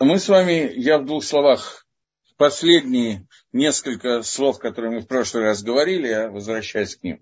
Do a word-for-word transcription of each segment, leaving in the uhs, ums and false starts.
Мы с вами, я в двух словах, последние несколько слов, которые мы в прошлый раз говорили, я возвращаюсь к ним.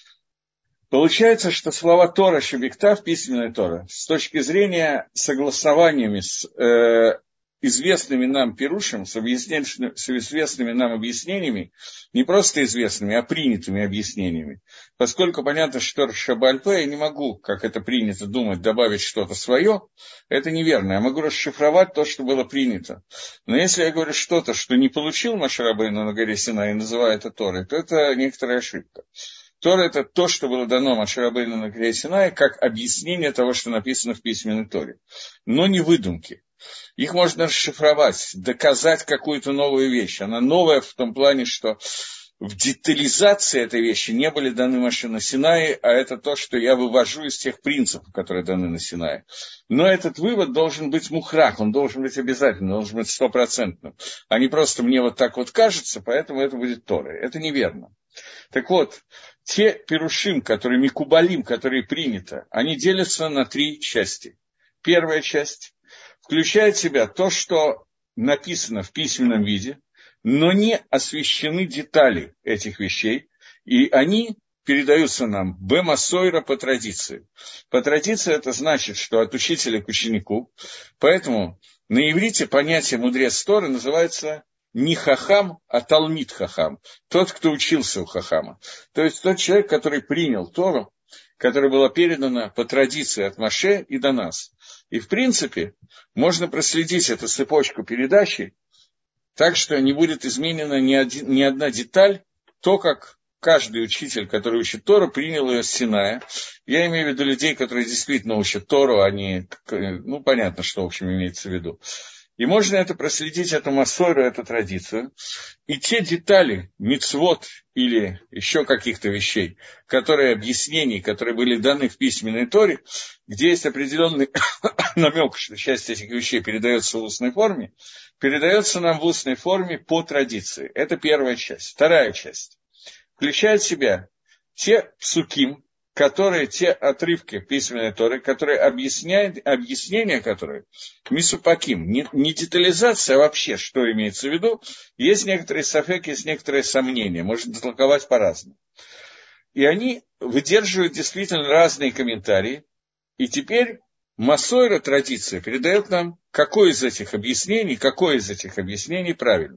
Получается, что слова Тора Шебектав, письменная Тора, с точки зрения согласованиями с э, известными нам пирушем, с, с известными нам объяснениями, не просто известными, а принятыми объяснениями, поскольку понятно, что Тора Шаббаль-Пе, я не могу, как это принято думать, добавить что-то свое, это неверно, я могу расшифровать то, что было принято. Но если я говорю что-то, что не получил Моше Рабейну на горе Синай и называю это Торой, то это некоторая ошибка. Тора – это то, что было дано Моше Рабейну на горе Синай, как объяснение того, что написано в письменной Торе, но не выдумки. Их можно расшифровать, доказать какую-то новую вещь. Она новая в том плане, что в детализации этой вещи не были даны Моше на Синае, а это то, что я вывожу из тех принципов, которые даны на Синае. Но этот вывод должен быть мухрак, он должен быть обязательным, должен быть стопроцентным, а не просто мне вот так вот кажется, поэтому это будет Тора. Это неверно. Так вот, те пирушим, которые микубалим, которые принято, они делятся на три части. Первая часть включает в себя то, что написано в письменном виде, но не освещены детали этих вещей, и они передаются нам бемасойра по традиции. По традиции это значит, что от учителя к ученику, поэтому на иврите понятие мудрец Торы называется не хахам, а талмид хахам, тот, кто учился у хахама. То есть тот человек, который принял Тору, которая была передана по традиции от Моше и до нас. И в принципе можно проследить эту цепочку передачи так, что не будет изменена ни, один, ни одна деталь, то, как каждый учитель, который учит Тору, принял ее с Синая. Я имею в виду людей, которые действительно учат Тору, они, ну, понятно, что, в общем, имеется в виду. И можно это проследить, эту массору, эту традицию. И те детали, мицвот или еще каких-то вещей, которые объяснений, которые были даны в письменной Торе, где есть определенный намек, что часть этих вещей передается в устной форме, передается нам в устной форме по традиции. Это первая часть. Вторая часть включает в себя те псуким, которые, те отрывки письменной Торы, которые объясняют, объяснения которые мисупаким, не, не детализация, а вообще, что имеется в виду, есть некоторые сафеки, есть некоторые сомнения, можно толковать по-разному. И они выдерживают действительно разные комментарии, и теперь массойра традиция передает нам, какое из этих объяснений, какое из этих объяснений правильно.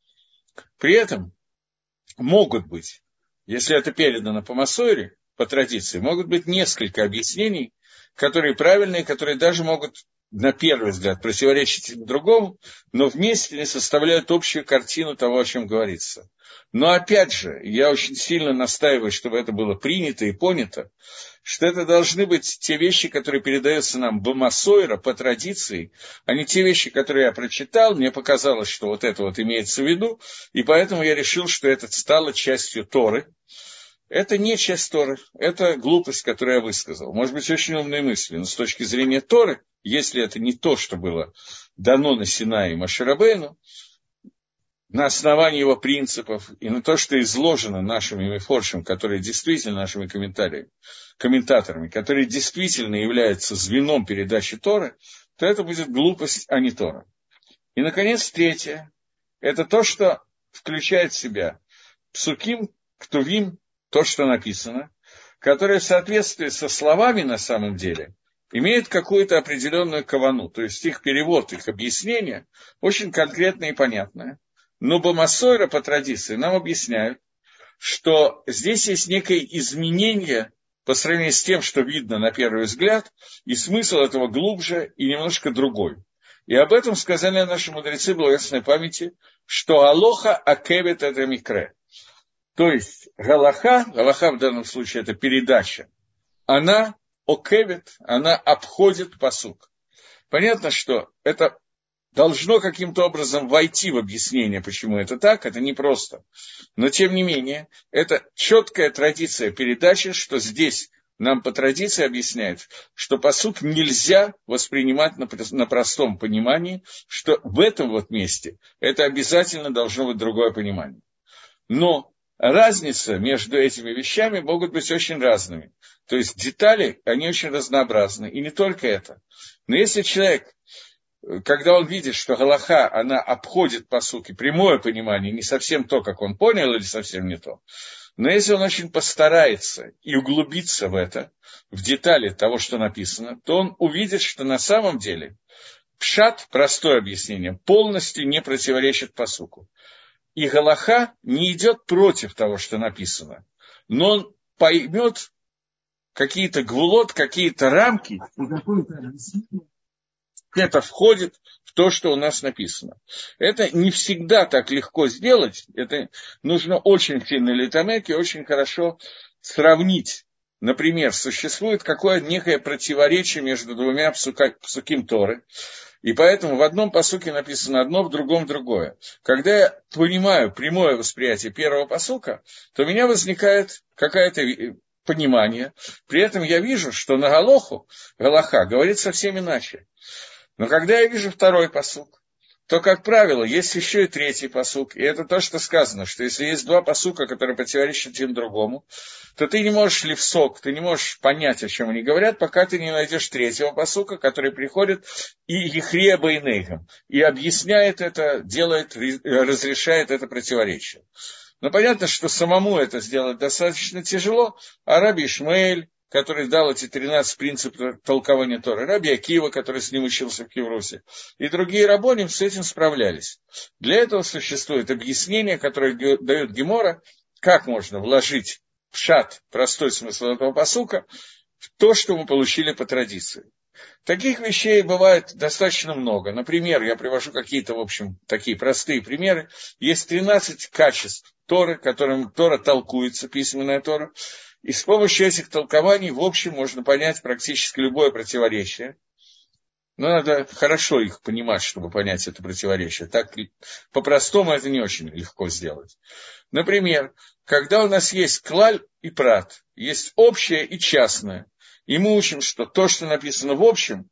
При этом могут быть, если это передано по массойре, по традиции, могут быть несколько объяснений, которые правильные, которые даже могут, на первый взгляд, противоречить другому, но вместе не составляют общую картину того, о чем говорится. Но опять же, я очень сильно настаиваю, чтобы это было принято и понято, что это должны быть те вещи, которые передаются нам бамасойра по традиции, а не те вещи, которые я прочитал, мне показалось, что вот это вот имеется в виду, и поэтому я решил, что это стало частью Торы. Это не часть Торы, это глупость, которую я высказал. Может быть, очень умные мысли, но с точки зрения Торы, если это не то, что было дано на Синае Моше Рабейну, на основании его принципов и на то, что изложено нашими мифоршем, которые действительно нашими комментариями, комментаторами, которые действительно являются звеном передачи Торы, то это будет глупость, а не Тора. И, наконец, третье, это то, что включает в себя псуким, ктувим, то, что написано, которое в соответствии со словами на самом деле имеет какую-то определенную кавану, то есть их перевод, их объяснение очень конкретное и понятное. Но бамасойра по традиции нам объясняют, что здесь есть некое изменение по сравнению с тем, что видно на первый взгляд, и смысл этого глубже и немножко другой. И об этом сказали наши мудрецы благостной памяти, что алоха акевет это микре. То есть галаха, галаха в данном случае это передача, она окевет, она обходит пасук. Понятно, что это должно каким-то образом войти в объяснение, почему это так, это непросто. Но тем не менее, это четкая традиция передачи, что здесь нам по традиции объясняют, что пасук нельзя воспринимать на, на простом понимании, что в этом вот месте это обязательно должно быть другое понимание. Но разница между этими вещами могут быть очень разными. То есть детали, они очень разнообразны. И не только это. Но если человек когда он видит, что галаха, она обходит пасук, и прямое понимание, не совсем то, как он понял, или совсем не то. Но если он очень постарается и углубится в это, в детали того, что написано, то он увидит, что на самом деле пшат, простое объяснение, полностью не противоречит пасуку. И галаха не идет против того, что написано, но он поймет какие-то гвулот, какие-то рамки, это входит в то, что у нас написано. Это не всегда так легко сделать, это нужно очень сильно литамек и очень хорошо сравнить. Например, существует какое-то некое противоречие между двумя псука, псуким Торы, и поэтому в одном пасуке написано одно, в другом другое. Когда я понимаю прямое восприятие первого пасука, то у меня возникает какая-то понимание, при этом я вижу, что на галоху, галаха, говорит совсем иначе. Но когда я вижу второй пасук, то, как правило, есть еще и третий пасук. И это то, что сказано, что если есть два пасука, которые противоречат один другому, то ты не можешь лифсок, ты не можешь понять, о чем они говорят, пока ты не найдешь третьего пасука, который приходит и ехре бейнейхам, и объясняет это, делает, разрешает это противоречие. Но понятно, что самому это сделать достаточно тяжело, а Раби Ишмаэль, который дал эти тринадцать принципов толкования Торы, Раби Акива, который с ним учился в Киврусе, и другие рабоним с этим справлялись. Для этого существует объяснение, которое дает Гемора, как можно вложить пшат, простой смысл этого пасука, в то, что мы получили по традиции. Таких вещей бывает достаточно много. Например, я привожу какие-то, в общем, такие простые примеры. Есть тринадцать качеств Торы, которым Тора толкуется, письменная Тора. И с помощью этих толкований, в общем, можно понять практически любое противоречие. Но надо хорошо их понимать, чтобы понять это противоречие. Так по-простому это не очень легко сделать. Например, когда у нас есть клаль и прат, есть общее и частное, и мы учим, что то, что написано в общем,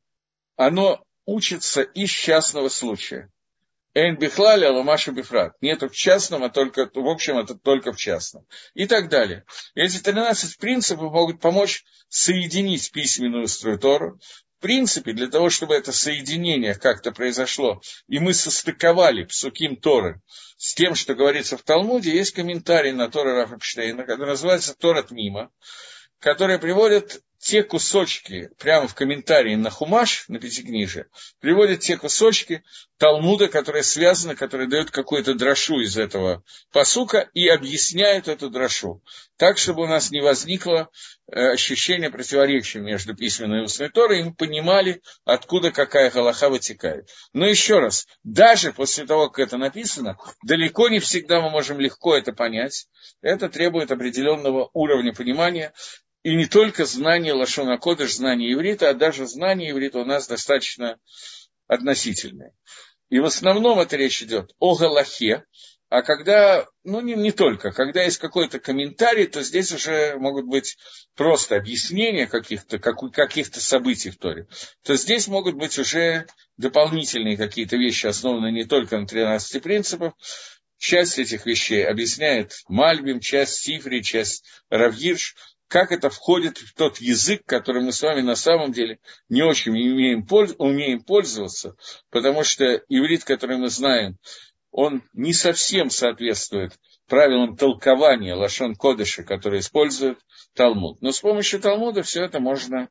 оно учится из частного случая. Эйн бихлали, аламаша бифрат. Нету в частном, а только в общем, это только в частном. И так далее. Эти тринадцать принципов могут помочь соединить письменную Тору. В принципе, для того, чтобы это соединение как-то произошло, и мы состыковали псуким Торы с тем, что говорится в Талмуде, есть комментарий на Тору Рафа Эпштейна, который называется Торат Мима, которые приводят те кусочки, прямо в комментарии на Хумаш, на Пятикнижие, приводят те кусочки Талмуда, которые связаны, которые дают какую-то дрошу из этого пасука и объясняют эту дрошу. Так, чтобы у нас не возникло э, ощущение противоречия между письменной и устной Торой, и мы понимали, откуда какая галаха вытекает. Но еще раз, даже после того, как это написано, далеко не всегда мы можем легко это понять. Это требует определенного уровня понимания. И не только знание лашона кодеш, знание иврита, а даже знание иврита у нас достаточно относительное. И в основном это речь идет о галахе, а когда, ну не, не только, когда есть какой-то комментарий, то здесь уже могут быть просто объяснения каких-то, как, каких-то событий в Торе, то здесь могут быть уже дополнительные какие-то вещи, основанные не только на тринадцати принципах. Часть этих вещей объясняет Мальбим, часть Сифри, часть Рав Гирш, как это входит в тот язык, которым мы с вами на самом деле не очень умеем, умеем пользоваться, потому что иврит, который мы знаем, он не совсем соответствует правилам толкования лашон кодеша, которые использует Талмуд. Но с помощью Талмуда все это можно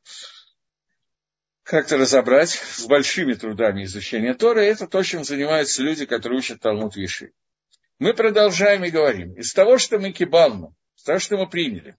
как-то разобрать с большими трудами изучения Торы. И это то, чем занимаются люди, которые учат Талмуд Виши. Мы продолжаем и говорим. Из того, что мы кибалну, из того, что мы приняли,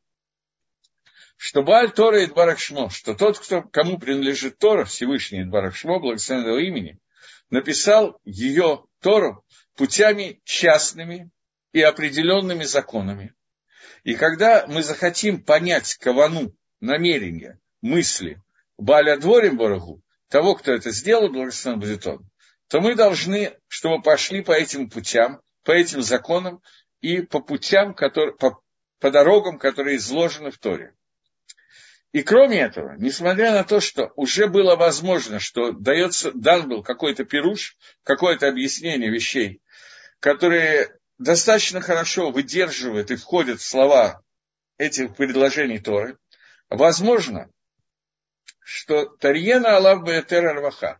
что Бааль Тора и Идбарах Шмо, что тот, кто, кому принадлежит Тора, Всевышний Идбарах Шмо, благословен его имени, написал ее Тору путями частными и определенными законами. И когда мы захотим понять кавану, намерение, мысли Бааля Дворим Барагу, того, кто это сделал, благословен будет он, то мы должны, чтобы пошли по этим путям, по этим законам и по путям, которые, по, по дорогам, которые изложены в Торе. И кроме этого, несмотря на то, что уже было возможно, что дается, дан был какой-то пируш, какое-то объяснение вещей, которые достаточно хорошо выдерживают и входят в слова этих предложений Торы, возможно, что Тарьена Алав Беэтер Арваха,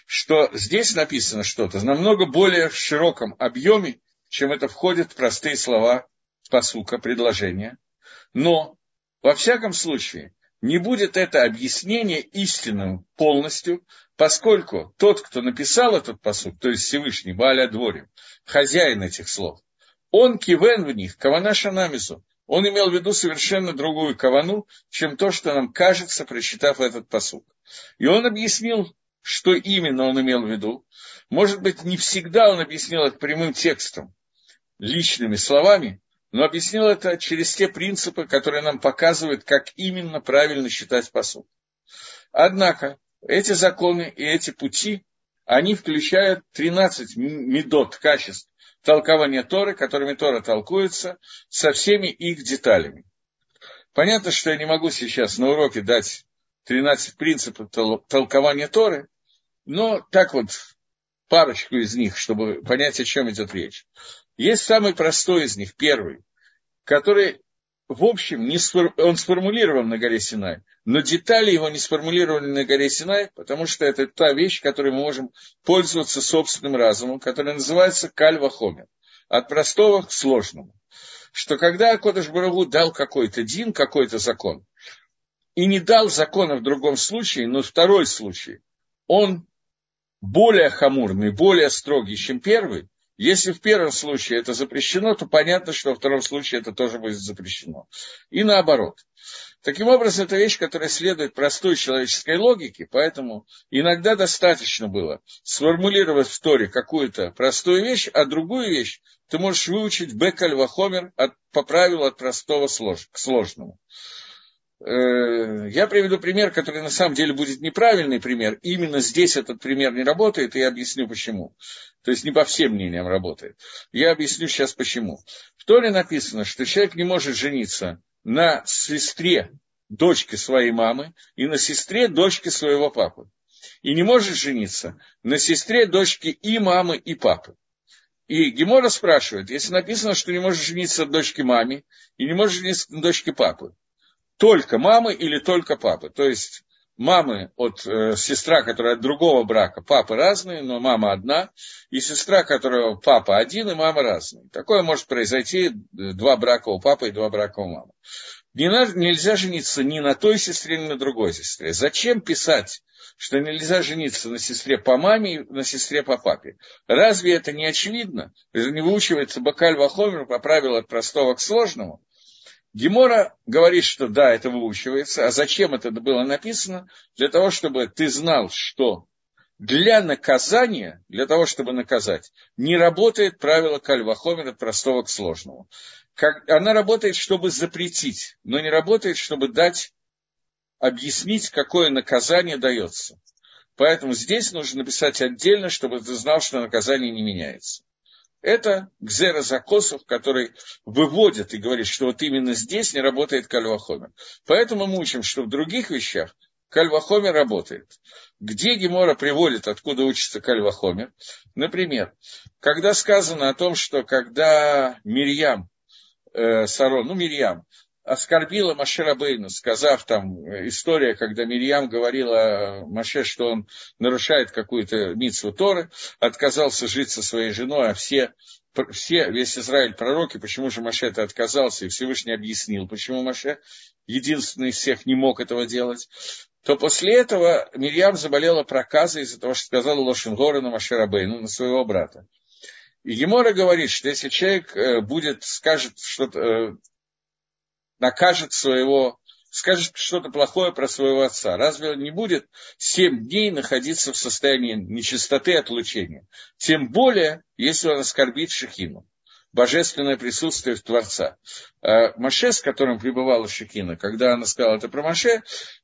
что здесь написано что-то намного более в широком объеме, чем это входит в простые слова пасука, предложения. Но, во всяком случае, не будет это объяснение истинным полностью, поскольку тот, кто написал этот пасук, то есть Всевышний, Бааль ха-Дворим, хозяин этих слов, он кивен в них, кавана шанамису, он имел в виду совершенно другую кавану, чем то, что нам кажется, прочитав этот пасук. И он объяснил, что именно он имел в виду. Может быть, не всегда он объяснил это прямым текстом, личными словами, но объяснил это через те принципы, которые нам показывают, как именно правильно считать пасук. Однако, эти законы и эти пути, они включают тринадцать медот, качеств толкования Торы, которыми Тора толкуется, со всеми их деталями. Понятно, что я не могу сейчас на уроке дать тринадцать принципов толкования Торы, но так вот парочку из них, чтобы понять, о чем идет речь. Есть самый простой из них, первый, который, в общем, не сфор... он сформулирован на горе Синай, но детали его не сформулированы на горе Синай, потому что это та вещь, которой мы можем пользоваться собственным разумом, которая называется каль ва-хомер, от простого к сложному. Что когда Акодеш Барух Ху дал какой-то дин, какой-то закон, и не дал закона в другом случае, но второй случай, он более хамурный, более строгий, чем первый. Если в первом случае это запрещено, то понятно, что во втором случае это тоже будет запрещено. И наоборот. Таким образом, это вещь, которая следует простой человеческой логике, поэтому иногда достаточно было сформулировать в Торе какую-то простую вещь, а другую вещь ты можешь выучить бекаль ва-хомер по правилу от простого к сложному. Я приведу пример, который на самом деле будет неправильный пример. Именно здесь этот пример не работает, и я объясню почему. То есть не по всем мнениям работает. Я объясню сейчас почему. В Торе написано, что человек не может жениться на сестре дочки своей мамы и на сестре дочки своего папы. И не может жениться на сестре дочки и мамы, и папы. И Гемора спрашивает, если написано, что не может жениться на дочке маме и не может жениться на дочке папы, только мамы или только папы. То есть мамы от э, сестра, которая от другого брака, папы разные, но мама одна, и сестра, которая папа один, и мама разные. Такое может произойти, два брака у папы и два брака у мамы. Не надо, нельзя жениться ни на той сестре, ни на другой сестре. Зачем писать, что нельзя жениться на сестре по маме и на сестре по папе? Разве это не очевидно? Это не выучивается бакаль ва-хомер по правилу от простого к сложному? Гемора говорит, что да, это выучивается. А зачем это было написано? Для того, чтобы ты знал, что для наказания, для того, чтобы наказать, не работает правило каль ва-хомер от простого к сложному. Как, она работает, чтобы запретить, но не работает, чтобы дать, объяснить, какое наказание дается. Поэтому здесь нужно написать отдельно, чтобы ты знал, что наказание не меняется. Это гзера закосов, который выводит и говорит, что вот именно здесь не работает каль ва-хомер. Поэтому мы учим, что в других вещах каль ва-хомер работает. Где Гемора приводит, откуда учится каль ва-хомер? Например, когда сказано о том, что когда Мирьям, э, Сарон, ну Мирьям, оскорбила Моше Рабейну, сказав там, история, когда Мирьям говорила Моше, что он нарушает какую-то мицву Торы, отказался жить со своей женой, а все, все, весь Израиль пророки, почему же Моше это отказался, и Всевышний объяснил, почему Моше единственный из всех не мог этого делать, то после этого Мирьям заболела проказой из-за того, что сказала лошен гора на Моше Рабейну, на своего брата. И Гемора говорит, что если человек будет, скажет что-то, накажет своего, скажет что-то плохое про своего отца. Разве он не будет семь дней находиться в состоянии нечистоты и отлучения? Тем более, если он оскорбит Шехину, божественное присутствие в Творца. Моше, с которым пребывала Шехина, когда она сказала это про Моше,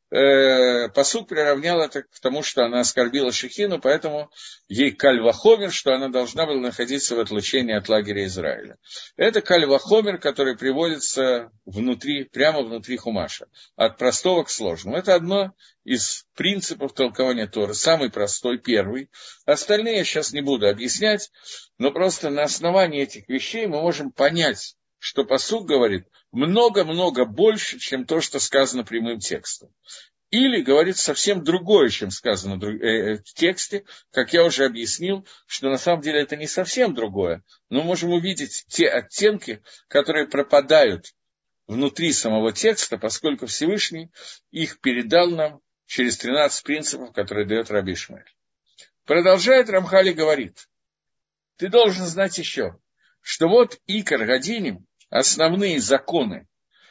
пасук приравнял это к тому, что она оскорбила Шехину, поэтому ей каль ва-хомер, что она должна была находиться в отлучении от лагеря Израиля. Это каль ва-хомер, который приводится внутри, прямо внутри Хумаша, от простого к сложному. Это одно из принципов толкования Торы, самый простой, первый. Остальные я сейчас не буду объяснять, но просто на основании этих вещей мы можем понять, что пасук говорит много-много больше, чем то, что сказано прямым текстом. или говорит совсем другое, чем сказано в тексте, как я уже объяснил, что на самом деле это не совсем другое, но мы можем увидеть те оттенки, которые пропадают внутри самого текста, поскольку Всевышний их передал нам через тринадцать принципов, которые дает Раби Ишмаэль. Продолжает Рамхаль и говорит, ты должен знать еще, что вот Икар Гадиним, основные законы,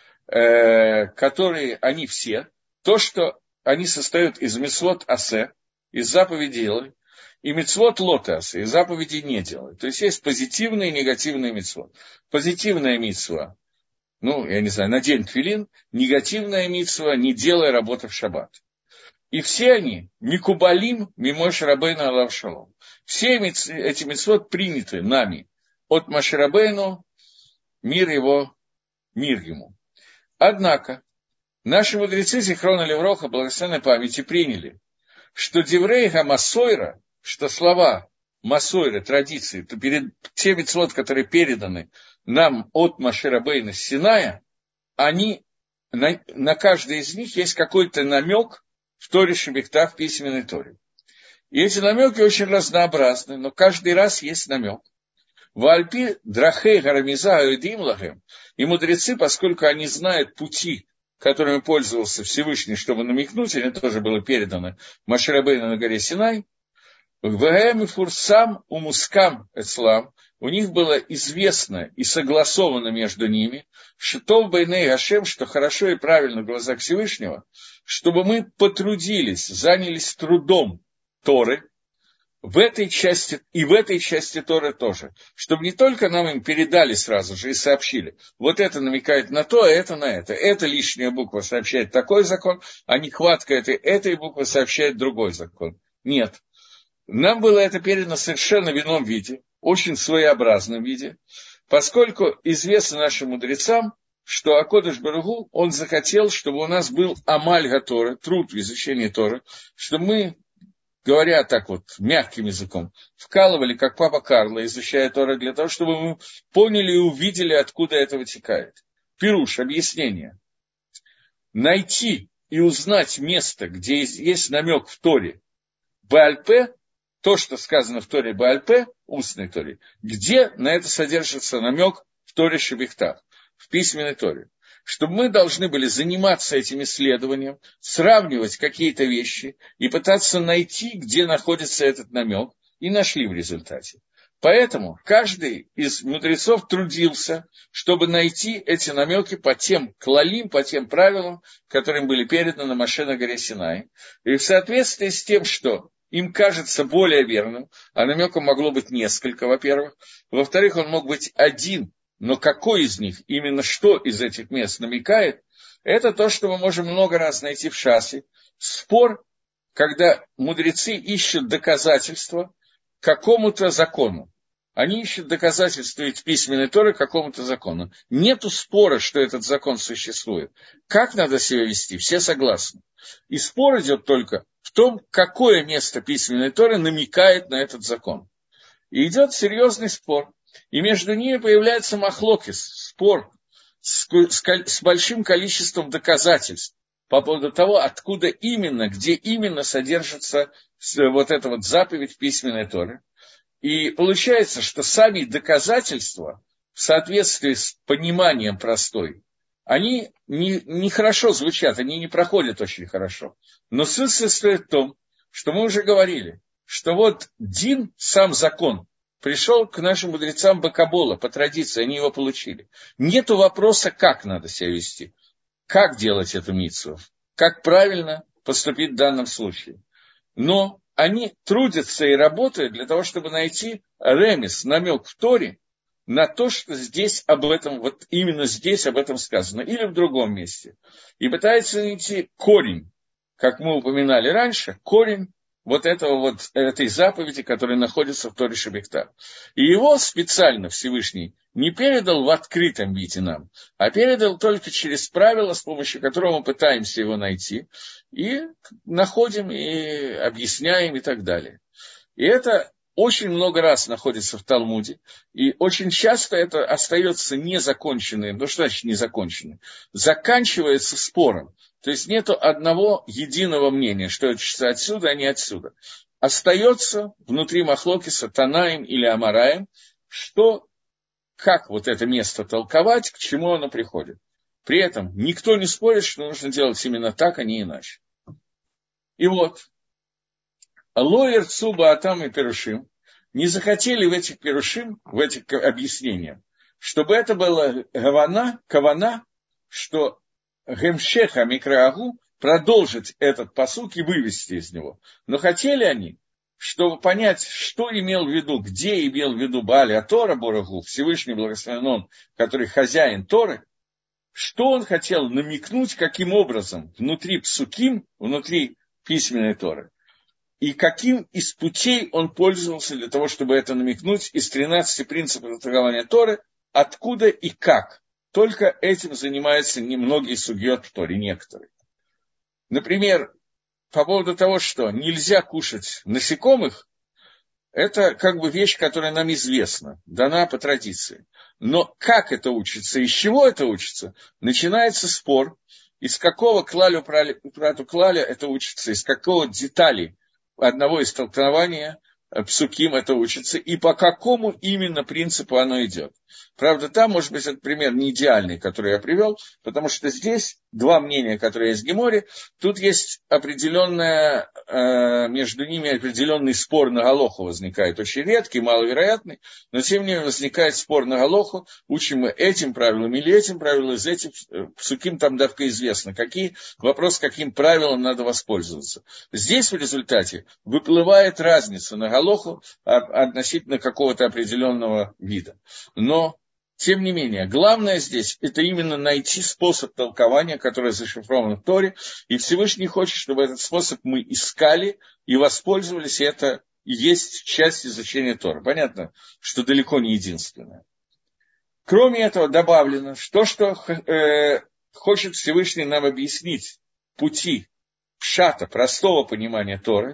э, которые они все, то, что они состоят из мицвот асе, из заповедей делай, и мицвот лот асе, из заповедей не делай. То есть есть позитивные и негативные мицвот. Позитивная мицва, ну, я не знаю, надень тфилин, негативная мицва, не делай работы в шаббат. И все они, микубалим, мимош рабейну алав шалом. Все эти мицвот приняты нами от Моше Рабейну, мир его, мир ему. Однако, наши мудрецы Зихрона Левроха, благословенной памяти, приняли, что деврейга масойра, что слова масойра, традиции, то перед те мицвот, которые переданы нам от Моше Рабейну с Синая, они, на, на каждой из них есть какой-то намек в Торе Шебехтав, в письменной Торе. И эти намеки очень разнообразны, но каждый раз есть намек. Вальпи драхей гарамиза аэдим лагем, и мудрецы, поскольку они знают пути, которыми пользовался Всевышний, чтобы намекнуть, и это тоже было передано Моше Рабейну на горе Синай, вэгэм и фурсам умускам эцлам, у них было известно и согласовано между ними, что бейней Гашем, что хорошо и правильно в глазах Всевышнего, чтобы мы потрудились, занялись трудом Торы, в этой части, и в этой части Торы тоже, чтобы не только нам им передали сразу же и сообщили, вот это намекает на то, а это на это, эта лишняя буква сообщает такой закон, а нехватка этой, этой буквы сообщает другой закон. Нет. Нам было это передано совершенно в ином виде, очень своеобразном виде, поскольку известно нашим мудрецам, что Акодыш Барух Ху, он захотел, чтобы у нас был амаль га-Торы, труд в изучении Торы, чтобы мы, говоря так вот мягким языком, вкалывали, как папа Карло, изучая Тору, для того, чтобы мы поняли и увидели, откуда это вытекает. Пируш, объяснение. Найти и узнать место, где есть намек в Торе Бааль-Пе, то, что сказано в Торе Бааль-Пе, устной Торе, где на это содержится намек в Торе Шебехтав, в письменной Торе. Чтобы мы должны были заниматься этим исследованием, сравнивать какие-то вещи и пытаться найти, где находится этот намек, и нашли в результате. Поэтому каждый из мудрецов трудился, чтобы найти эти намеки по тем клалим, по тем правилам, которым были переданы Моше на горе Синай. И в соответствии с тем, что им кажется более верным, а намеком могло быть несколько, во-первых. Во-вторых, он мог быть один, но какой из них, именно что из этих мест намекает, это то, что мы можем много раз найти в Шасе. Спор, когда мудрецы ищут доказательства какому-то закону. Они ищут доказательства из письменной Торы какому-то закону. Нету спора, что этот закон существует. Как надо себя вести? Все согласны. И спор идет только в том, какое место письменной Торы намекает на этот закон. И идет серьезный спор. И между ними появляется махлокис, спор с, с, с большим количеством доказательств по поводу того, откуда именно, где именно содержится вот эта вот заповедь письменной Торы. И получается, что сами доказательства в соответствии с пониманием простой, они не, не хорошо звучат, они не проходят очень хорошо. Но суть состоит в том, что мы уже говорили, что вот Дин, сам закон, пришел к нашим мудрецам Бакабола, по традиции, они его получили. Нету вопроса, как надо себя вести, как делать эту мицву, как правильно поступить в данном случае. Но они трудятся и работают для того, чтобы найти ремес, намек в Торе на то, что здесь об этом, вот именно здесь об этом сказано, или в другом месте. И пытаются найти корень, как мы упоминали раньше, корень вот этого вот, этой заповеди, которая находится в Торе Шебехтав. И его специально Всевышний не передал в открытом виде нам, а передал только через правила, с помощью которого мы пытаемся его найти, и находим, и объясняем, и так далее. И это очень много раз находится в Талмуде, и очень часто это остается незаконченным. Ну, что значит незаконченным? Заканчивается спором. То есть нет одного единого мнения, что учится отсюда, а не отсюда. Остается внутри Махлокиса Танаим или Амараим, что, как вот это место толковать, к чему оно приходит. При этом никто не спорит, что нужно делать именно так, а не иначе. И вот, Лоер Цуба Атам и Перушим не захотели в этих Перушим, в этих объяснениях, чтобы это было гавана, кавана, что Гемшеха Микраагу продолжить этот пасук и вывести из него. Но хотели они, чтобы понять, что имел в виду, где имел в виду Бааля Тора Борагу, Всевышний Благословен Он, который хозяин Торы, что он хотел намекнуть, каким образом внутри псуким, внутри письменной Торы, и каким из путей он пользовался для того, чтобы это намекнуть из тринадцати принципов толкования Торы, откуда и как. Только этим занимаются немногие сугьот в Торе, некоторые. Например, по поводу того, что нельзя кушать насекомых, это как бы вещь, которая нам известна, дана по традиции. Но как это учится, из чего это учится, начинается спор, из какого клалю прату клаля это учится, из какого детали одного из толкований псуким это учится, и по какому именно принципу оно идет. Правда, там, может быть, этот пример не идеальный, который я привел, потому что здесь два мнения, которые есть в Геморе, тут есть определенная, э, между ними определенный спор на галоху возникает, очень редкий, маловероятный, но тем не менее возникает спор на галоху, учим мы этим правилам или этим правилам, из этих псуким там давка известно, какие, вопрос, каким правилам надо воспользоваться. Здесь в результате выплывает разница на галоху относительно какого-то определенного вида. Но тем не менее, главное здесь – это именно найти способ толкования, который зашифрован в Торе, и Всевышний хочет, чтобы этот способ мы искали и воспользовались, и это и есть часть изучения Торы. Понятно, что далеко не единственное. Кроме этого добавлено, что, что э, хочет Всевышний нам объяснить пути пшата, простого понимания Торы,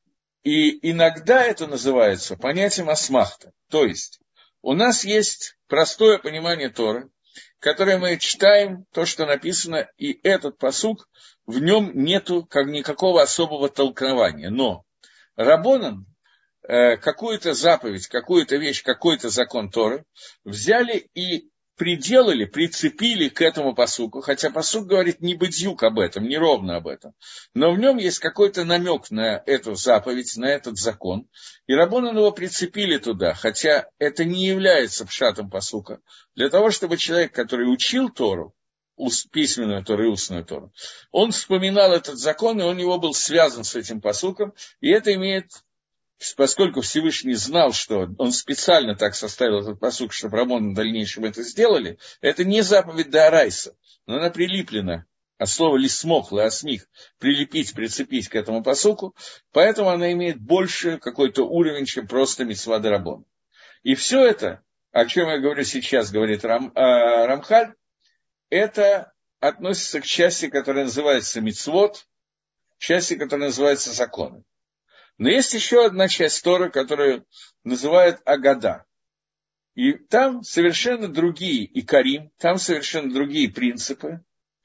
и иногда это называется понятием асмахта, то есть у нас есть простое понимание Торы, которое мы читаем, то, что написано, и этот пасук, в нем нету как никакого особого толкования. Но раббанан э, какую-то заповедь, какую-то вещь, какой-то закон Торы взяли и приделали, прицепили к этому пасуку, хотя пасук говорит не бедюк об этом, не ровно об этом, но в нем есть какой-то намек на эту заповедь, на этот закон, и раббанан его прицепили туда, хотя это не является пшатом пасука, для того, чтобы человек, который учил Тору, письменную Тору и устную Тору, он вспоминал этот закон, и у него был связан с этим пасуком, и это имеет... Поскольку Всевышний знал, что он специально так составил этот пасук, чтобы раббанан в дальнейшем это сделали, это не заповедь деорайса, но она прилеплена, от слова лисмох, лаосмих, прилепить, прицепить к этому пасуку, поэтому она имеет больше какой-то уровень, чем просто мицва де-раббанан. И все это, о чем я говорю сейчас, говорит Рам, э, Рамхаль, это относится к части, которая называется мицвот, части, которая называется законы. Но есть еще одна часть Торы, которую называют Агада. И там совершенно другие икарим, там совершенно другие принципы.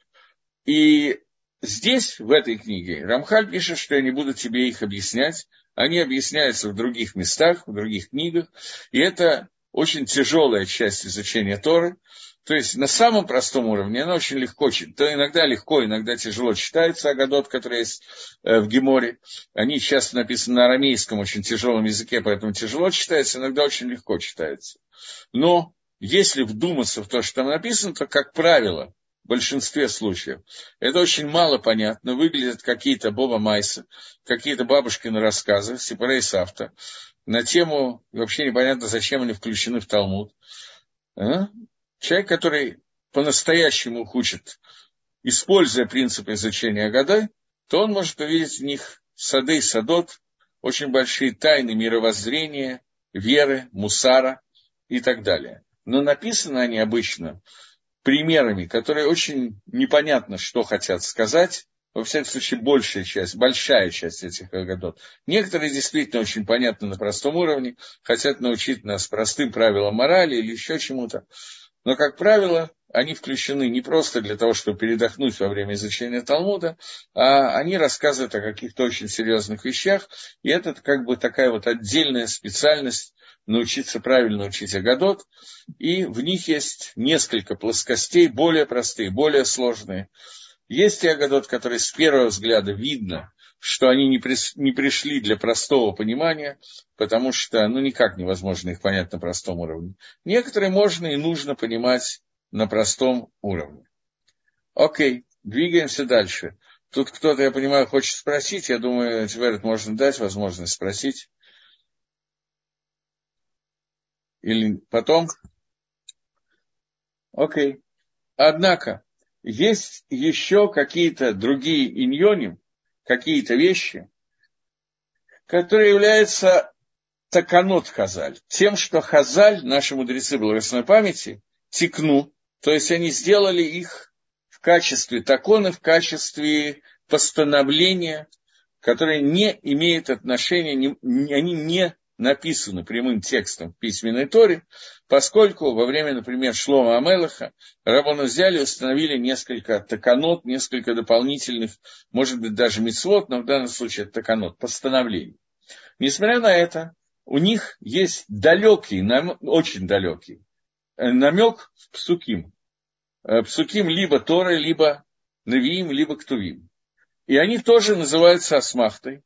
И здесь, в этой книге, Рамхаль пишет, что я не буду тебе их объяснять. Они объясняются в других местах, в других книгах. И это очень тяжелая часть изучения Торы. То есть на самом простом уровне она очень легко, то иногда легко, иногда тяжело читается Агадот, который есть в Геморе. Они часто написаны на арамейском, очень тяжелом языке, поэтому тяжело читается, иногда очень легко читается. Но если вдуматься в то, что там написано, то, как правило, в большинстве случаев, это очень мало понятно, выглядят какие-то Боба Майса, какие-то бабушкины рассказы, Сипарей Савта, на тему, вообще непонятно, зачем они включены в Талмуд. А? Человек, который по-настоящему учит, используя принципы изучения Агады, то он может увидеть в них сады и садот, очень большие тайны мировоззрения, веры, мусара и так далее. Но написаны они обычно примерами, которые очень непонятно, что хотят сказать. Во всяком случае, большая часть, большая часть этих Агадот. Некоторые действительно очень понятны на простом уровне, хотят научить нас простым правилам морали или еще чему-то. Но, как правило, они включены не просто для того, чтобы передохнуть во время изучения Талмуда, а они рассказывают о каких-то очень серьезных вещах, и это как бы такая вот отдельная специальность научиться правильно учить Агадот, и в них есть несколько плоскостей, более простые, более сложные. Есть и Агадот, которые с первого взгляда видно, что они не, при, не пришли для простого понимания, потому что ну, никак невозможно их понять на простом уровне. Некоторые можно и нужно понимать на простом уровне. Окей, двигаемся дальше. Тут кто-то, я понимаю, хочет спросить. Я думаю, теперь можно дать возможность спросить. Или потом. Окей. Однако, есть еще какие-то другие иньоним, какие-то вещи, которые являются таканот Хазаль. Тем, что Хазаль, наши мудрецы благостной памяти, тикну, то есть они сделали их в качестве такона, в качестве постановления, которые не имеют отношения, не, они не написаны прямым текстом в письменной Торе, поскольку во время, например, Шломо Амелеха раббану взяли и установили несколько таканот, несколько дополнительных, может быть, даже мицвот, но в данном случае это таканот, постановлений. Несмотря на это, у них есть далекий, очень далекий намек в псуким. Псуким либо Торы, либо Невиим, либо Ктувим. И они тоже называются асмахтой.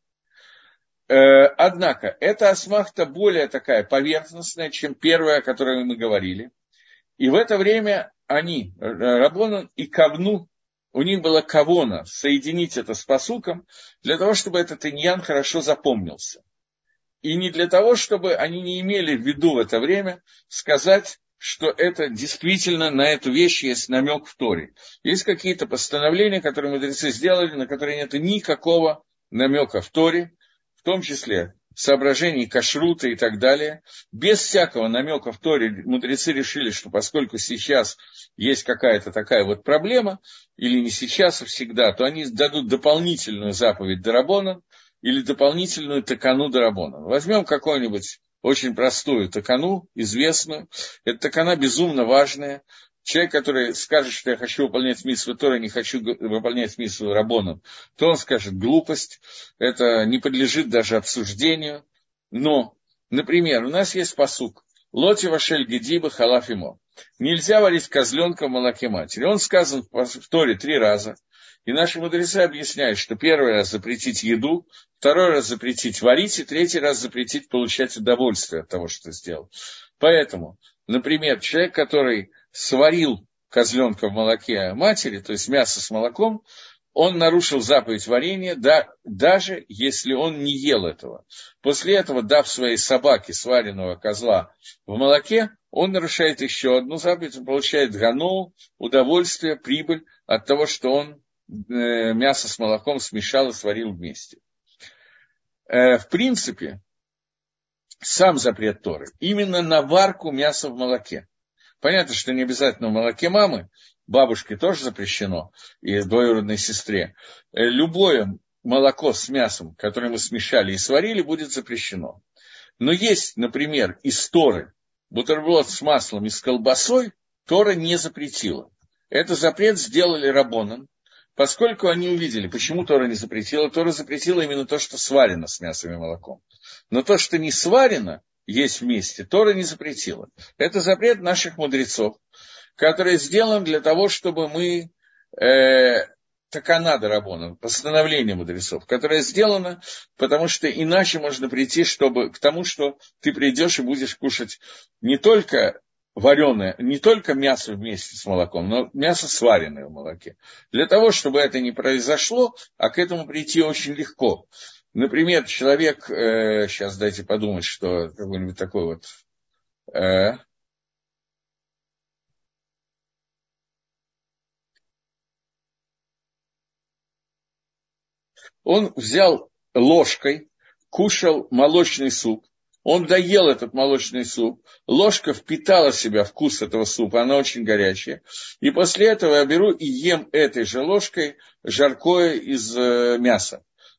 Однако, эта асмахта более такая поверхностная, чем первая, о которой мы говорили. И в это время они, Рабонан и Кавну, у них была кавона соединить это с пасуком, для того, чтобы этот иньян хорошо запомнился. И не для того, чтобы они не имели в виду в это время сказать, что это действительно на эту вещь есть намек в Торе. Есть какие-то постановления, которые мудрецы сделали, на которые нет никакого намека в Торе, в том числе соображений кашрута и так далее. Без всякого намека в Торе мудрецы решили, что поскольку сейчас есть какая-то такая вот проблема, или не сейчас, а всегда, то они дадут дополнительную заповедь Дарабонан или дополнительную такану Дарабонан. Возьмем какой-нибудь очень простую такану, известную. Эта такана безумно важная. Человек, который скажет, что я хочу выполнять мицву Торы, не хочу выполнять мицву Раббанан, то он скажет глупость. Это не подлежит даже обсуждению. Но, например, у нас есть пасук. Лоти вашель гедиба халафимо. Нельзя варить козленка в молоке матери. Он сказан в Торе три раза. И наши мудрецы объясняют, что первый раз запретить еду, второй раз запретить варить, и третий раз запретить получать удовольствие от того, что сделал. Поэтому, например, человек, который сварил козленка в молоке матери, то есть мясо с молоком, он нарушил заповедь варенья, да, даже если он не ел этого. После этого, дав своей собаке сваренного козла в молоке, он нарушает еще одну заповедь, он получает гану, удовольствие, прибыль от того, что он э, мясо с молоком смешал и сварил вместе. Э, в принципе, сам запрет Торы именно на варку мяса в молоке. Понятно, что не обязательно в молоке мамы, бабушке тоже запрещено, и двоюродной сестре. Любое молоко с мясом, которое мы смешали и сварили, будет запрещено. Но есть, например, из Торы бутерброд с маслом и с колбасой, Тора не запретила. Этот запрет сделали Раббанан, поскольку они увидели, почему Тора не запретила. Тора запретила именно то, что сварено с мясом и молоком. Но то, что не сварено, есть вместе, Тора не запретила. Это запрет наших мудрецов, который сделан для того, чтобы мы... Э, такана Дарабонан, постановление мудрецов, которое сделано, потому что иначе можно прийти чтобы, к тому, что ты придешь и будешь кушать не только вареное, не только мясо вместе с молоком, но мясо сваренное в молоке. Для того, чтобы это не произошло, а к этому прийти очень легко. Например, человек, э, сейчас дайте подумать, что какой-нибудь такой вот... Э, Он взял ложкой, кушал молочный суп, он доел этот молочный суп, ложка впитала в себя вкус этого супа, она очень горячая, и после этого я беру и ем этой же ложкой жаркое из э, мяса.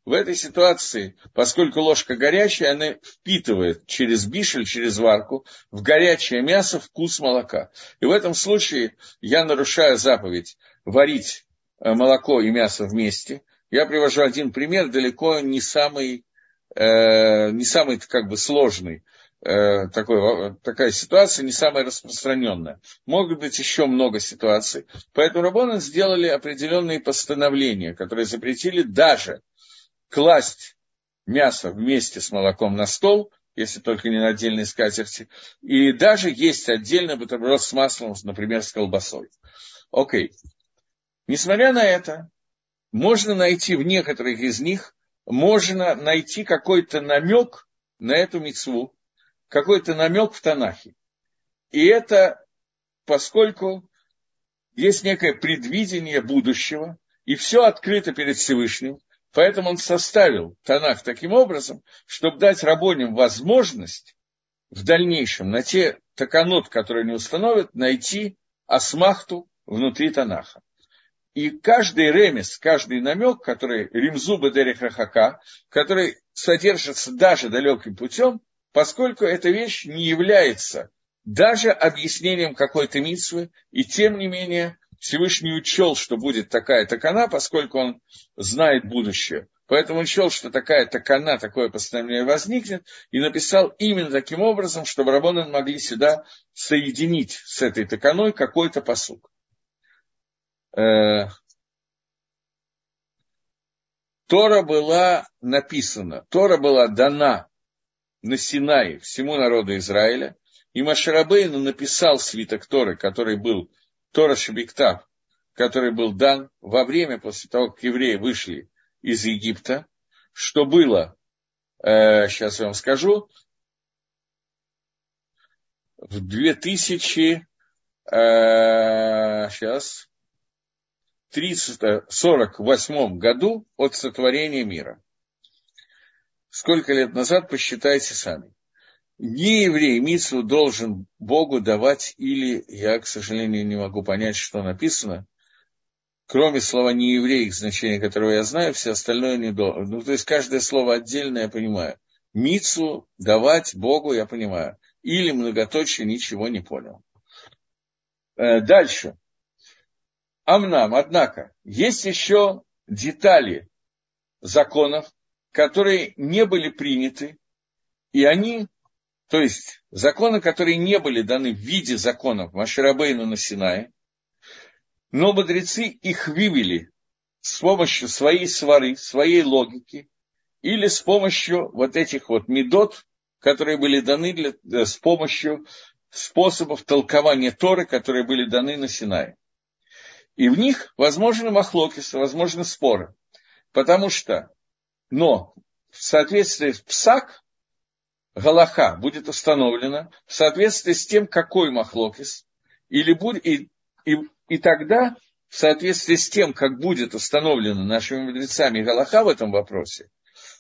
В этой ситуации, поскольку ложка горячая, она впитывает через бишель, через варку, в горячее мясо вкус молока. И в этом случае я нарушаю заповедь варить молоко и мясо вместе. Я привожу один пример, далеко не самый, э, не самый как бы сложный. Такой, такая ситуация не самая распространенная. Могут быть еще много ситуаций. Поэтому раббанан сделали определенные постановления, которые запретили даже класть мясо вместе с молоком на стол, если только не на отдельной скатерти, и даже есть отдельно бутерброд с маслом, например, с колбасой. Окей. Несмотря на это, можно найти в некоторых из них, можно найти какой-то намек на эту мицву, какой-то намек в Танахе. И это поскольку есть некое предвидение будущего, и все открыто перед Всевышним, поэтому он составил Танах таким образом, чтобы дать рабоним возможность в дальнейшем на те таканот, которые не установят, найти асмахту внутри Танаха. И каждый ремес, каждый намек, который римзу бедерих рахака, который содержится даже далеким путем, поскольку эта вещь не является даже объяснением какой-то мицвы, и тем не менее Всевышний учел, что будет такая такана, поскольку он знает будущее. Поэтому он учел, что такая такана, такое постановление возникнет, и написал именно таким образом, чтобы раббанан могли сюда соединить с этой таканой какой-то пасук. Тора была написана, Тора была дана на Синае всему народу Израиля, и Моше Рабейну написал свиток Торы, который был Тора Шебиктав, который был дан во время, после того, как евреи вышли из Египта, что было, э, сейчас я вам скажу, в две тысячи, э, сейчас, триста сорок восьмом году от сотворения мира. Сколько лет назад, посчитайте сами. Не еврей мицву должен Богу давать, или, я, к сожалению, не могу понять, что написано, кроме слова не еврей, значение которого я знаю, все остальное не должен. Ну, то есть, каждое слово отдельно я понимаю. Мицву давать Богу я понимаю. Или многоточие ничего не понял. Дальше. Амнам, однако, есть еще детали законов, которые не были приняты, и они, то есть законы, которые не были даны в виде законов Моше Рабейну на Синае, но мудрецы их вывели с помощью своей свары, своей логики, или с помощью вот этих вот медот, которые были даны для, с помощью способов толкования Торы, которые были даны на Синае. И в них возможны махлокис, возможны споры, потому что но в соответствии с псак, галаха будет установлена в соответствии с тем, какой махлокис, или будет, и, и, и тогда в соответствии с тем, как будет установлена нашими мудрецами галаха в этом вопросе,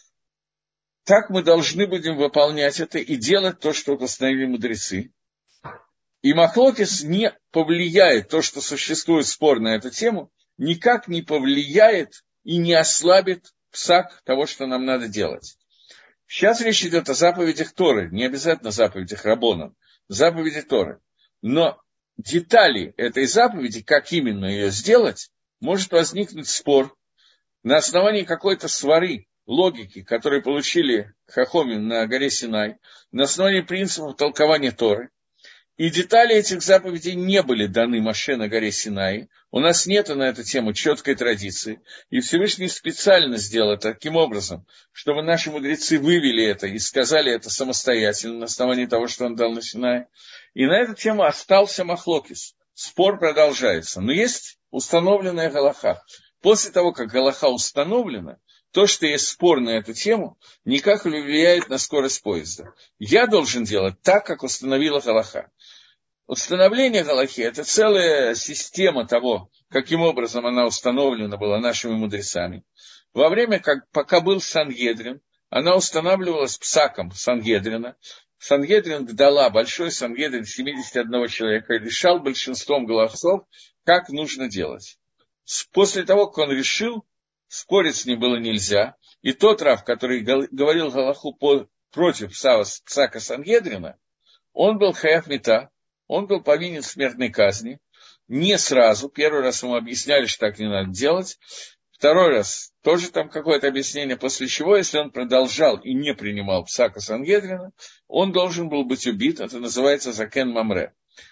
так мы должны будем выполнять это и делать то, что установили мудрецы. И махлокис не повлияет, то, что существует спор на эту тему, никак не повлияет и не ослабит псак того, что нам надо делать. Сейчас речь идет о заповедях Торы, не обязательно заповедях раббанан, заповеди Торы. Но детали этой заповеди, как именно ее сделать, может возникнуть спор на основании какой-то свары, логики, которые получили хахомим на горе Синай, на основании принципов толкования Торы. И детали этих заповедей не были даны Моше на горе Синай. У нас нет на эту тему четкой традиции. И Всевышний специально сделал таким образом, чтобы наши мудрецы вывели это и сказали это самостоятельно на основании того, что он дал на Синае. И на эту тему остался махлокис. Спор продолжается. Но есть установленная галаха. После того, как галаха установлена, то, что есть спор на эту тему, никак не влияет на скорость поезда. Я должен делать так, как установила галаха. Установление галахи – это целая система того, каким образом она установлена была нашими мудрецами. Во время, как, пока был Сангедрин, она устанавливалась псаком Сангедрина. Сангедрин Гдала, большой Сангедрин семьдесят один человека, решал большинством голосов, как нужно делать. После того, как он решил, спорить с ним было нельзя. И тот Рав, который говорил галаху по, против Псака Сангедрина, он был хаяв мита, он был повинен в смертной казни. Не сразу. Первый раз ему объясняли, что так не надо делать. Второй раз тоже там какое-то объяснение, после чего, если он продолжал и не принимал Псака Сангедрина, он должен был быть убит. Это называется закен мамре.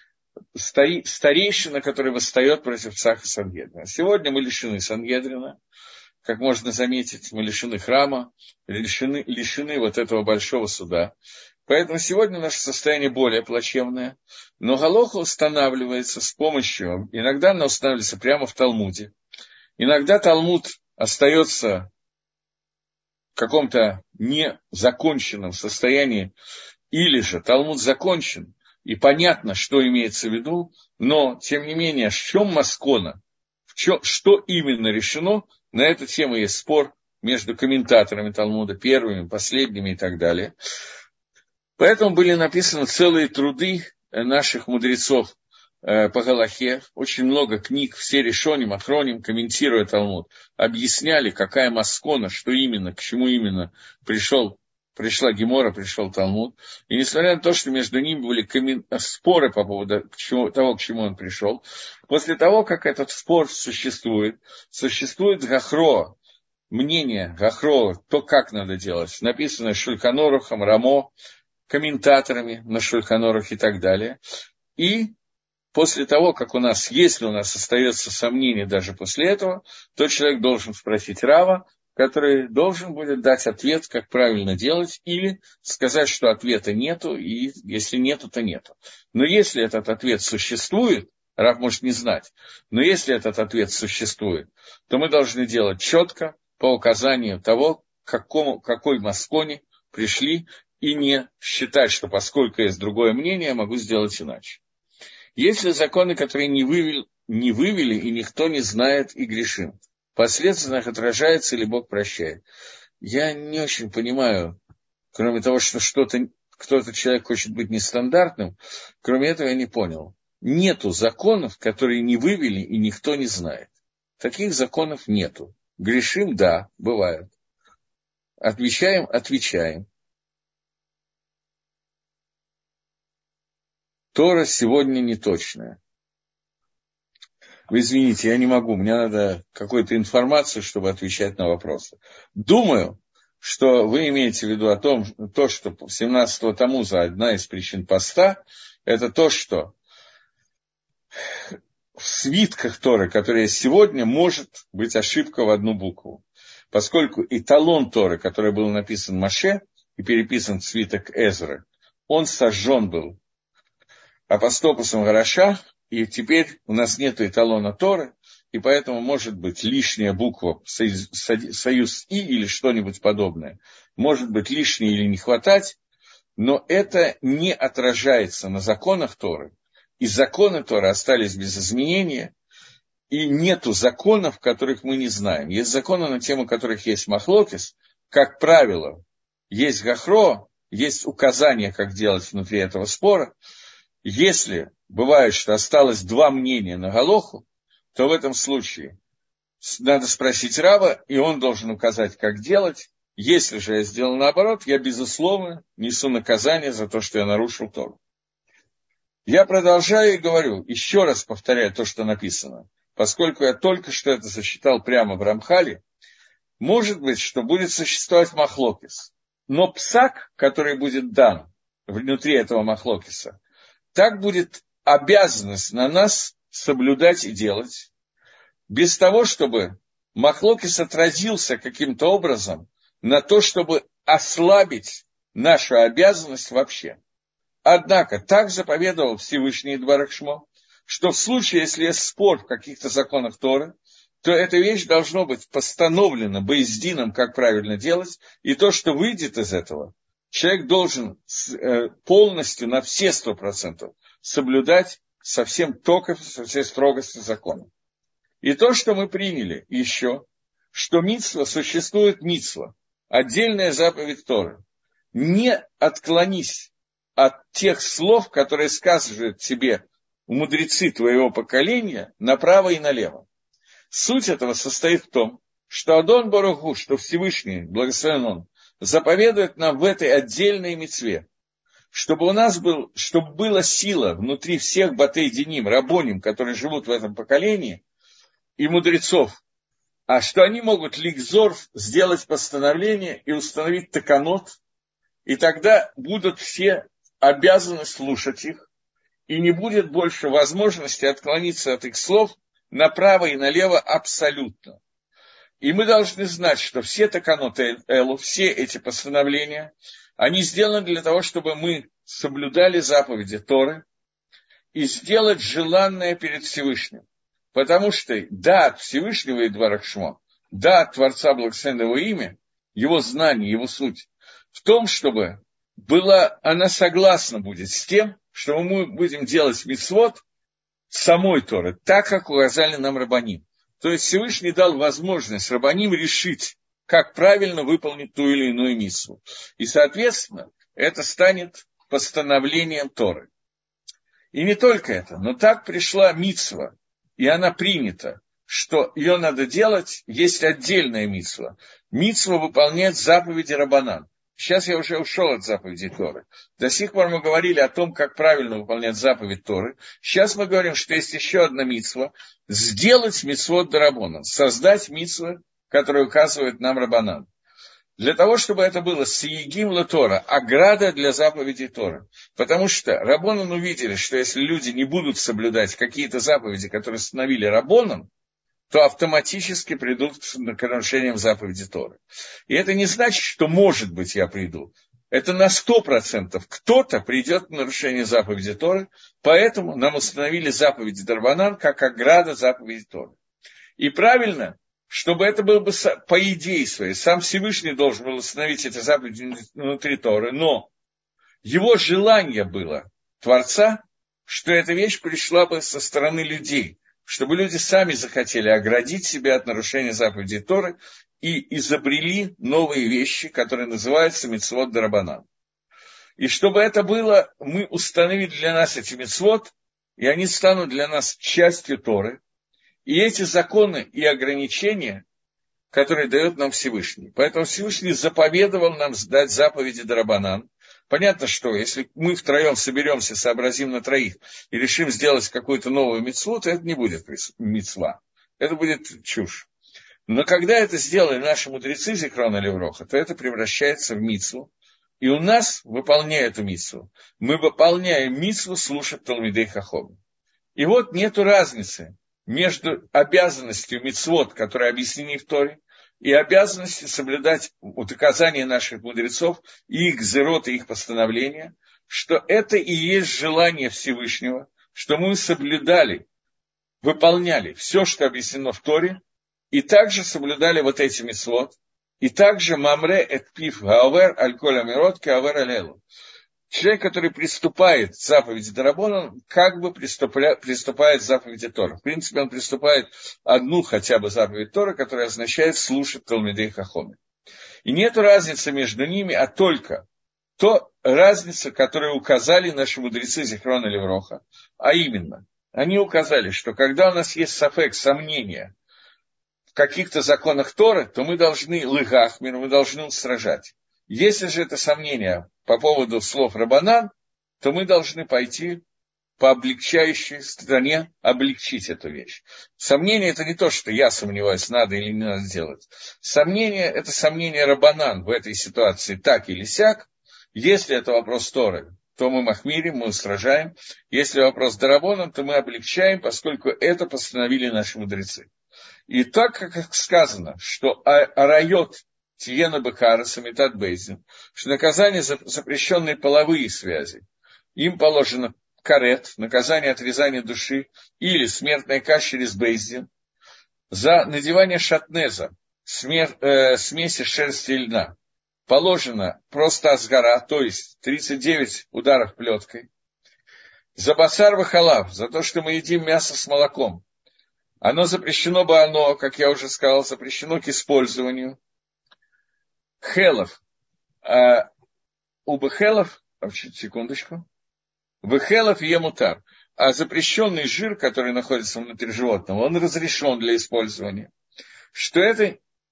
Старейшина, который восстает против Псака Сангедрина. Сегодня мы лишены Сангедрина. Как можно заметить, мы лишены храма, лишены, лишены вот этого большого суда. Поэтому сегодня наше состояние более плачевное. Но галоха устанавливается с помощью, иногда она устанавливается прямо в Талмуде. Иногда Талмуд остается в каком-то незаконченном состоянии, или же Талмуд закончен, и понятно, что имеется в виду, но, тем не менее, в чем маскона, в чем, что именно решено, на эту тему есть спор между комментаторами Талмуда, первыми, последними и так далее. Поэтому были написаны целые труды наших мудрецов э, по галахе, очень много книг, все решоним, ахроним, комментируя Талмуд, объясняли, какая маскона, что именно, к чему именно пришел, пришла Гемора, пришел Талмуд. И несмотря на то, что между ними были коммен... споры по поводу к чему, того, к чему он пришел, после того, как этот спор существует, существует гахро, мнение гахро, то, как надо делать, написано Шульхан Орухом, Рамо, комментаторами на Шульхан Орух и так далее. И после того, как у нас, если у нас остается сомнение даже после этого, то человек должен спросить Рава, который должен будет дать ответ, как правильно делать, или сказать, что ответа нету, и если нету, то нету. Но если этот ответ существует, Рав может не знать, но если этот ответ существует, то мы должны делать четко по указанию того, к какому, какой масконе пришли, и не считать, что поскольку есть другое мнение, я могу сделать иначе. Есть ли законы, которые не вывели, не вывели и никто не знает и грешим? Последствия их отражается или Бог прощает? Я не очень понимаю, кроме того, что что-то, кто-то человек хочет быть нестандартным, кроме этого я не понял. Нету законов, которые не вывели и никто не знает. Таких законов нету. Грешим, да, бывают. Отвечаем, отвечаем. Тора сегодня неточная. Вы извините, я не могу, мне надо какую-то информацию, чтобы отвечать на вопросы. Думаю, что вы имеете в виду о том, то, что семнадцатого Тамуза одна из причин поста, это то, что в свитках Торы, которые есть сегодня, может быть ошибка в одну букву. Поскольку эталон Торы, который был написан Моше и переписан в свиток Эзры, он сожжен был апостопосом Гороша, и теперь у нас нет эталона Торы, и поэтому может быть лишняя буква, союз, союз «и» или что-нибудь подобное, может быть лишней или не хватать, но это не отражается на законах Торы, и законы Торы остались без изменения, и нету законов, которых мы не знаем. Есть законы, на тему которых есть махлокис, как правило, есть гахро, есть указания, как делать внутри этого спора. Если бывает, что осталось два мнения на галоху, то в этом случае надо спросить Рава, и он должен указать, как делать. Если же я сделал наоборот, я, безусловно, несу наказание за то, что я нарушил Тору. Я продолжаю и говорю, еще раз повторяю то, что написано. Поскольку я только что это зачитал прямо в Рамхале, может быть, что будет существовать махлокис. Но псак, который будет дан внутри этого махлокиса, так будет обязанность на нас соблюдать и делать, без того, чтобы махлокис отразился каким-то образом на то, чтобы ослабить нашу обязанность вообще. Однако, так заповедовал Всевышний Барах Шмо, что в случае, если есть спор в каких-то законах Торы, то эта вещь должна быть постановлена бейздином, как правильно делать, и то, что выйдет из этого, человек должен полностью на все сто процентов соблюдать со всем током, со всей строгостью закона. И то, что мы приняли еще, что мицва, существует мицва, отдельная заповедь Торы. Не отклонись от тех слов, которые сказывают тебе мудрецы твоего поколения направо и налево. Суть этого состоит в том, что Адон Баруху, что Всевышний, благословен Он, заповедует нам в этой отдельной мицве, чтобы у нас был, чтобы была сила внутри всех батей-диним, рабоним, которые живут в этом поколении, и мудрецов, а что они могут ликзор сделать постановление и установить таканот, и тогда будут все обязаны слушать их, и не будет больше возможности отклониться от их слов направо и налево абсолютно. И мы должны знать, что все таканоты Элу, все эти постановления, они сделаны для того, чтобы мы соблюдали заповеди Торы и сделать желанное перед Всевышним. Потому что да, от Всевышнего и Дварах Шмо, да, от Творца благословенного его имя, его знание, его суть, в том, чтобы была, она согласна будет с тем, что мы будем делать мицвот самой Торы, так, как указали нам рабаним. То есть Всевышний дал возможность рабаним решить, как правильно выполнить ту или иную мицву. И, соответственно, это станет постановлением Торы. И не только это, но так пришла мицва, и она принята, что ее надо делать, есть отдельная мицва. Мицва выполняет заповеди рабанан. Сейчас я уже ушел от заповедей Торы. До сих пор мы говорили о том, как правильно выполнять заповедь Торы. Сейчас мы говорим, что есть еще одна мицва. Сделать мицвот дарабонан. Создать мицвы, которые указывает нам рабанан. Для того, чтобы это было сиегим ла Тора, ограда для заповедей Торы. Потому что рабонан увидели, что если люди не будут соблюдать какие-то заповеди, которые установили рабонан, то автоматически придут к нарушениям заповеди Торы. И это не значит, что, может быть, я приду. Это на сто процентов кто-то придет к нарушению заповеди Торы, поэтому нам установили заповеди Дарбанан как ограда заповеди Торы. И правильно, чтобы это было бы по идее своей, сам Всевышний должен был установить эти заповеди внутри Торы, но его желание было, Творца, что эта вещь пришла бы со стороны людей, чтобы люди сами захотели оградить себя от нарушения заповедей Торы и изобрели новые вещи, которые называются мицвот дарабанан. И чтобы это было, мы установили для нас эти мицвот, и они станут для нас частью Торы. И эти законы и ограничения, которые дает нам Всевышний. Поэтому Всевышний заповедовал нам сдать заповеди дарабанан. Понятно, что если мы втроем соберемся, сообразим на троих и решим сделать какую-то новую мицву, то это не будет мицва. Это будет чушь. Но когда это сделали наши мудрецы Зихрона Левроха, то это превращается в мицву. И у нас, выполняя эту мицву, мы выполняем мицву слушать Талмидей Хахом. И вот нету разницы между обязанностью мицвот, которые объяснены в Торе, и обязанностью соблюдать указания наших мудрецов, и их зерот, и их постановления, что это и есть желание Всевышнего, что мы соблюдали, выполняли все, что объяснено в Торе, и также соблюдали вот эти мицвот, и также мамре эт пив гаавер аль коль амирот ки авер алелу. Человек, который приступает к заповеди дарабонан, как бы приступает к заповеди Тора. В принципе, он приступает одну хотя бы заповедь Тора, которая означает слушать Талмидей Хахоми. И нет разницы между ними, а только то разница, которую указали наши мудрецы Зихрона Левроха. А именно, они указали, что когда у нас есть сафек, сомнения в каких-то законах Торы, то мы должны лыгахмир, мы должны устражать. Если же это сомнение по поводу слов рабанан, то мы должны пойти по облегчающей стороне, облегчить эту вещь. Сомнение – это не то, что я сомневаюсь, надо или не надо делать. Сомнение – это сомнение рабанан в этой ситуации, так или сяк. Если это вопрос Торы, то мы махмирим, мы устражаем. Если вопрос дарабонан, то мы облегчаем, поскольку это постановили наши мудрецы. И так, как сказано, что арайот Тиена Бекара, Самитат Бейзин, что наказание за запрещенные половые связи, им положено карет, наказание отрезания души, или смертная казнь через Бейзин, за надевание шатнеза, смер, э, смеси шерсти и льна, положено просто асгара, то есть тридцать девять ударов плеткой, за басар вахалав, за то, что мы едим мясо с молоком, оно запрещено бы оно, как я уже сказал, запрещено к использованию. Хелов, а у бехелов, секундочку, бехелов емутар, а запрещенный жир, который находится внутри животного, он разрешен для использования. Что это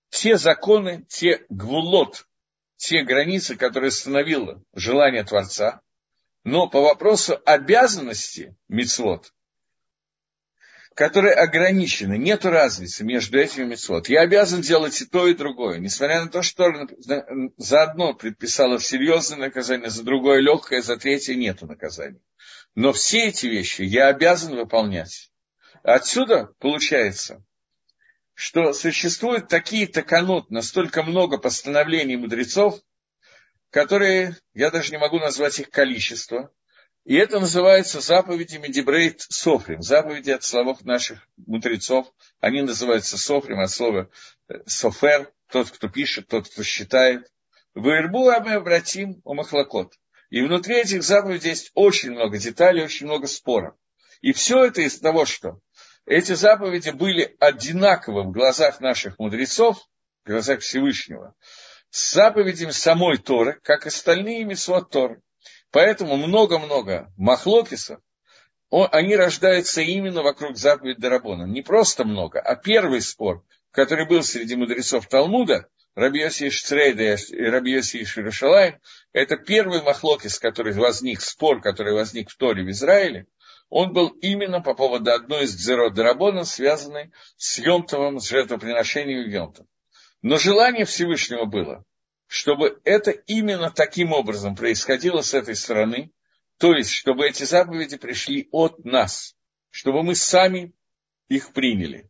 те законы, те гвулот, те границы, которые установило желание Творца, но по вопросу обязанности мицвот, которые ограничены, нет разницы между этими мицвот. Я обязан делать и то, и другое, несмотря на то, что за одно предписало серьезное наказание, за другое легкое, за третье нету наказания. Но все эти вещи я обязан выполнять. Отсюда получается, что существуют такие таканот, настолько много постановлений мудрецов, которые, я даже не могу назвать их количество, и это называется заповедями Дибрейт Софрим, заповеди от слов наших мудрецов. Они называются Софрим от слова Софер, тот, кто пишет, тот, кто считает. Вырбу а мы обратим о махлокот. И внутри этих заповедей есть очень много деталей, очень много споров. И все это из того, что эти заповеди были одинаковы в глазах наших мудрецов, в глазах Всевышнего, с заповедями самой Торы, как остальные мицвот Торы. Поэтому много-много махлокисов, они рождаются именно вокруг заповеди Дарабона. Не просто много, а первый спор, который был среди мудрецов Талмуда, Раби Йоси иш Црейда и Раби Йоси иш Иерушалаим, это первый махлокис, который возник, спор, который возник в Торе в Израиле, он был именно по поводу одной из гзерот Дарабона, связанной с Йом-Товом, с жертвоприношением Йом-Тов. Но желание Всевышнего было, чтобы это именно таким образом происходило с этой стороны, то есть, чтобы эти заповеди пришли от нас, чтобы мы сами их приняли.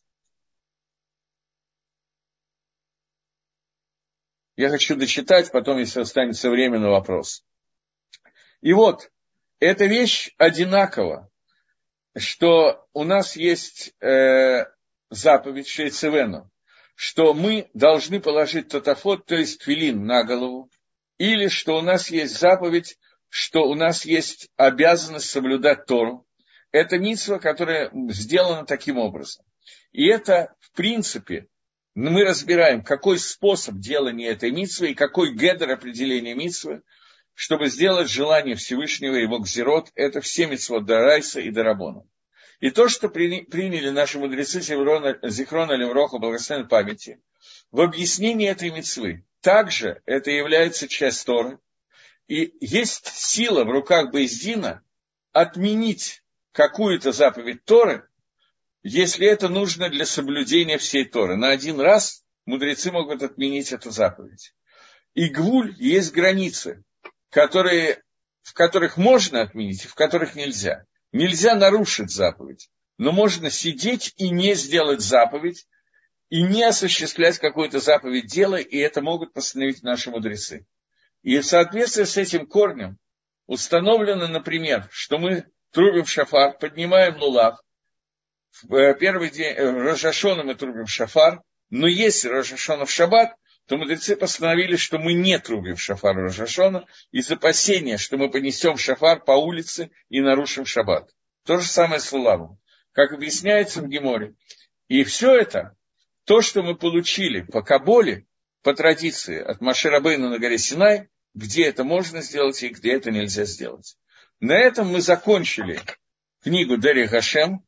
Я хочу дочитать, потом, если останется время, на вопрос. И вот, эта вещь одинакова, что у нас есть э, заповедь Шейцевену, что мы должны положить тотафот, то есть тфилин, на голову, или что у нас есть заповедь, что у нас есть обязанность соблюдать Тору. Это мицва, которая сделана таким образом. И это, в принципе, мы разбираем, какой способ делания этой мицвы и какой гедер определения мицвы, чтобы сделать желание Всевышнего, его гзирот, это все мицвот Дарайса и Дарабона. И то, что приняли наши мудрецы Зихрона Левроха, благословенной памяти, в объяснении этой мицвы, также это является часть Торы, и есть сила в руках Бейс-Дина отменить какую-то заповедь Торы, если это нужно для соблюдения всей Торы. На один раз мудрецы могут отменить эту заповедь. И гвуль, есть границы, которые, в которых можно отменить и в которых нельзя. Нельзя нарушить заповедь, но можно сидеть и не сделать заповедь, и не осуществлять какую-то заповедь дела, и это могут постановить наши мудрецы. И в соответствии с этим корнем установлено, например, что мы трубим шафар, поднимаем лулав. В первый день Рош ха-Шана мы трубим шафар, но если Рош ха-Шана в шаббат, то мудрецы постановили, что мы не трубим шафар Рош ха-Шана из опасения, что мы понесем шафар по улице и нарушим шаббат. То же самое с лулавом, как объясняется в Геморе. И все это, то, что мы получили по Каболе, по традиции от Моше Рабейну на горе Синай, где это можно сделать и где это нельзя сделать. На этом мы закончили книгу Дерих Гашем.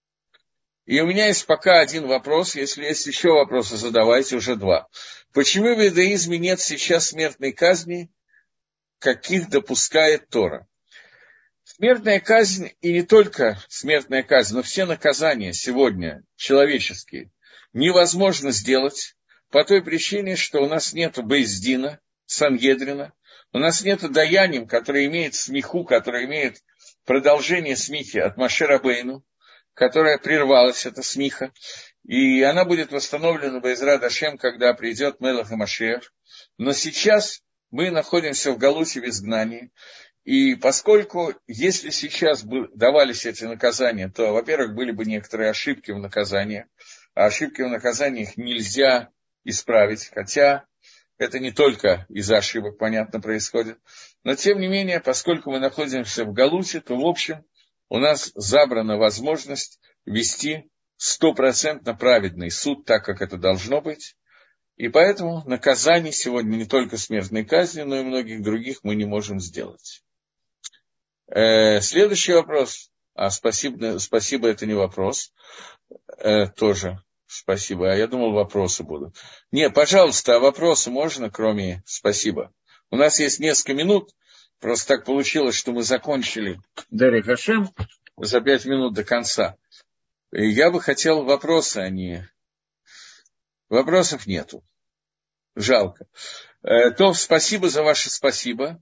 И у меня есть пока один вопрос. Если есть еще вопросы, задавайте, уже два. Почему в иудаизме нет сейчас смертной казни, каких допускает Тора? Смертная казнь, и не только смертная казнь, но все наказания сегодня человеческие невозможно сделать по той причине, что у нас нет Бейс-Дина, Сангедрина, у нас нет даянием, который имеет смиху, который имеет продолжение смихи от Моше Рабейну, которая прервалась, эта смиха, и она будет восстановлена Бе'эзрат Ашем, когда придет Мелах и Машиах. Но сейчас мы находимся в галуте, в изгнании, и поскольку, если сейчас бы давались эти наказания, то, во-первых, были бы некоторые ошибки в наказании, а ошибки в наказаниях нельзя исправить, хотя это не только из-за ошибок, понятно, происходит. Но, тем не менее, поскольку мы находимся в галуте, то, в общем, у нас забрана возможность вести стопроцентно праведный суд, так как это должно быть. И поэтому наказаний сегодня не только смертной казни, но и многих других мы не можем сделать. Э, следующий вопрос. А, спасибо, спасибо, это не вопрос. Э, тоже Спасибо. А я думал, вопросы будут. Не, пожалуйста, а вопросы можно, кроме спасибо? У нас есть несколько минут. Просто так получилось, что мы закончили Дерей Хашем за пять минут до конца. И я бы хотел вопросы, а не... Вопросов нету. Жалко. Э, то спасибо за ваше спасибо.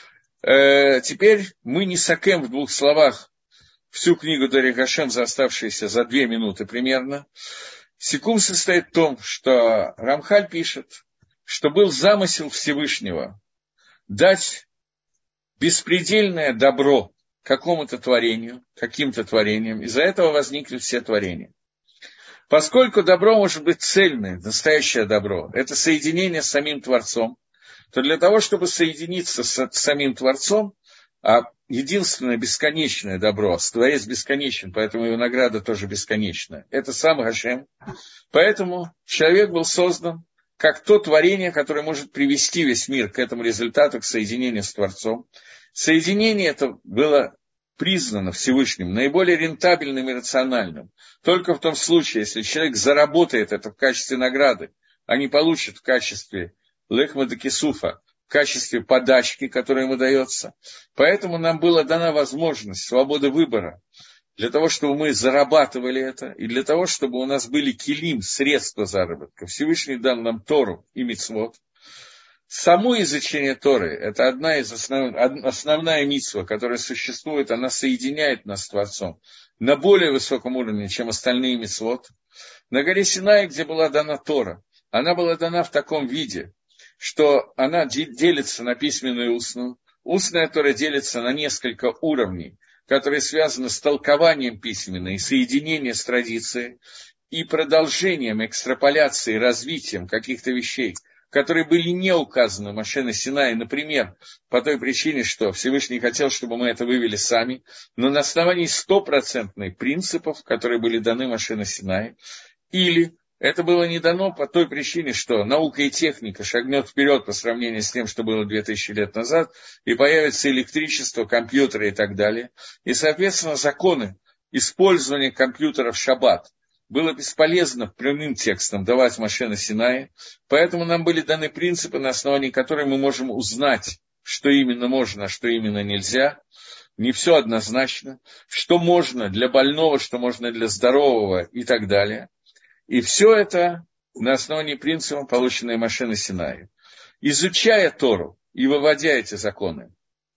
Э, теперь мы не сакем в двух словах всю книгу Дерей Хашем за оставшиеся за две минуты примерно. Секунд состоит в том, что Рамхаль пишет, что был замысел Всевышнего дать беспредельное добро какому-то творению, каким-то творениям. Из-за этого возникли все творения. Поскольку добро может быть цельное, настоящее добро, это соединение с самим Творцом, то для того, чтобы соединиться с самим Творцом, а единственное бесконечное добро, Творец бесконечен, поэтому его награда тоже бесконечная, это сам Гашем. Поэтому человек был создан как то творение, которое может привести весь мир к этому результату, к соединению с Творцом. Соединение это было признано Всевышним наиболее рентабельным и рациональным. Только в том случае, если человек заработает это в качестве награды, а не получит в качестве лехма де кисуфа, в качестве подачки, которая ему дается. Поэтому нам была дана возможность свободы выбора для того, чтобы мы зарабатывали это, и для того, чтобы у нас были килим, средства заработка. Всевышний дал нам Тору и мицвот. Само изучение Торы – это одна из основ... основная мицва, которая существует, она соединяет нас с Творцом на более высоком уровне, чем остальные мицвот. На горе Синай, где была дана Тора, она была дана в таком виде, что она делится на письменную и устную. Устная Тора делится на несколько уровней, которые связаны с толкованием письменной, соединением с традицией и продолжением, экстраполяцией, развитием каких-то вещей, которые были не указаны в Моше Синае, например, по той причине, что Всевышний хотел, чтобы мы это вывели сами, но на основании стопроцентных принципов, которые были даны Моше Синае, или это было не дано по той причине, что наука и техника шагнет вперед по сравнению с тем, что было две тысячи лет назад, и появится электричество, компьютеры и так далее. И, соответственно, законы использования компьютеров в шаббат было бесполезно прямым текстом давать Моше Синае, поэтому нам были даны принципы, на основании которых мы можем узнать, что именно можно, а что именно нельзя. Не все однозначно, что можно для больного, что можно для здорового и так далее. И все это на основании принципов, полученных Моше Синае. Изучая Тору и выводя эти законы,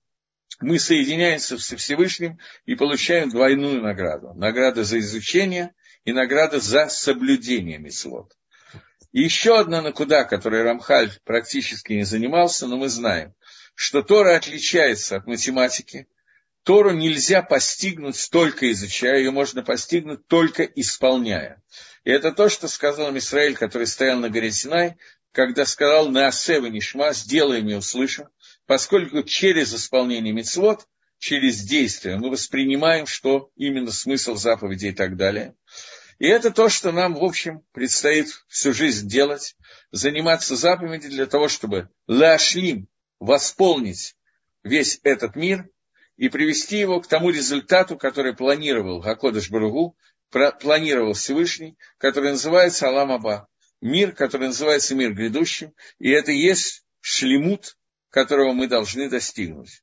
мы соединяемся со Всевышним и получаем двойную награду. Награда за изучение и награда за соблюдение мицвот. И еще одна накуда, которой Рамхаль практически не занимался, но мы знаем, что Тора отличается от математики. Тору нельзя постигнуть только изучая, ее можно постигнуть только исполняя. И это то, что сказал им Исраиль, который стоял на горе Синай, когда сказал «Наасе венишма», «сделаем и услышим», поскольку через исполнение мицвот, через действие мы воспринимаем, что именно смысл заповедей и так далее. И это то, что нам, в общем, предстоит всю жизнь делать, заниматься заповедью для того, чтобы лаашлим, восполнить весь этот мир и привести его к тому результату, который планировал Гакодеш Баругу, планировал Всевышний, который называется Алам Аба, мир, который называется мир грядущим, и это и есть шлемут, которого мы должны достигнуть.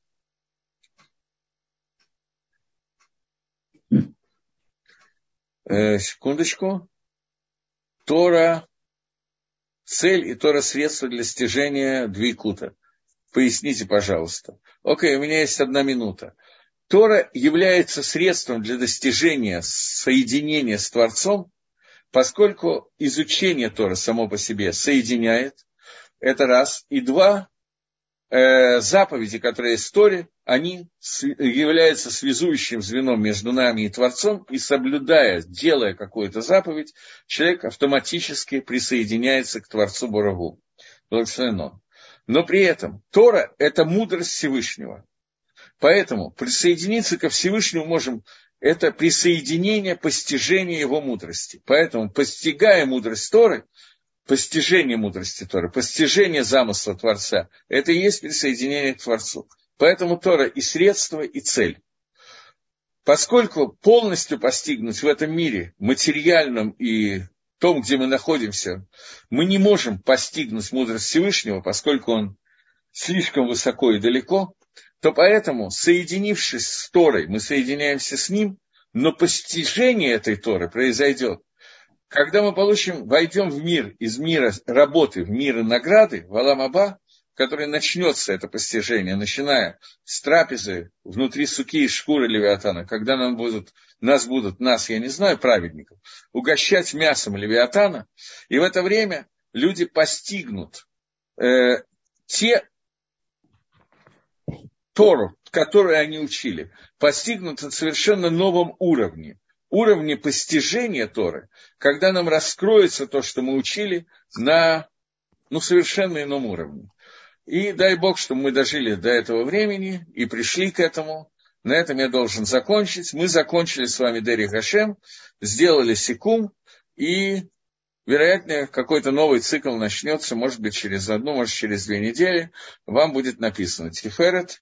Э, секундочку. Тора цель и Тора средство для достижения двейкута. Поясните, пожалуйста. Окей, у меня есть одна минута. Тора является средством для достижения соединения с Творцом, поскольку изучение Торы само по себе соединяет, это раз, и два, э, заповеди, которые есть в Торе, они являются связующим звеном между нами и Творцом, и соблюдая, делая какую-то заповедь, человек автоматически присоединяется к Творцу Борогу. Благословен. Но при этом Тора – это мудрость Всевышнего. Поэтому присоединиться ко Всевышнему можем, это присоединение, постижение его мудрости. Поэтому, постигая мудрость Торы, постижение мудрости Торы, постижение замысла Творца, это и есть присоединение к Творцу. Поэтому Тора и средство, и цель. Поскольку полностью постигнуть в этом мире, материальном и том, где мы находимся, мы не можем постигнуть мудрость Всевышнего, поскольку он слишком высоко и далеко, то поэтому, соединившись с Торой, мы соединяемся с ним, но постижение этой Торы произойдет, когда мы получим, войдем в мир, из мира работы в мир награды, в Олам Аба, в который начнется это постижение, начиная с трапезы внутри суки и шкуры Левиатана, когда нам будут, нас будут, нас, я не знаю, праведников, угощать мясом Левиатана, и в это время люди постигнут э, те Тору, которую они учили, постигнут на совершенно новом уровне, уровне постижения Торы, когда нам раскроется то, что мы учили, на ну, совершенно ином уровне. И дай Бог, чтобы мы дожили до этого времени и пришли к этому. На этом я должен закончить. Мы закончили с вами Дерих Хашем, сделали сикум, и, вероятно, какой-то новый цикл начнется, может быть, через одну, может, через две недели. Вам будет написано Тиферет.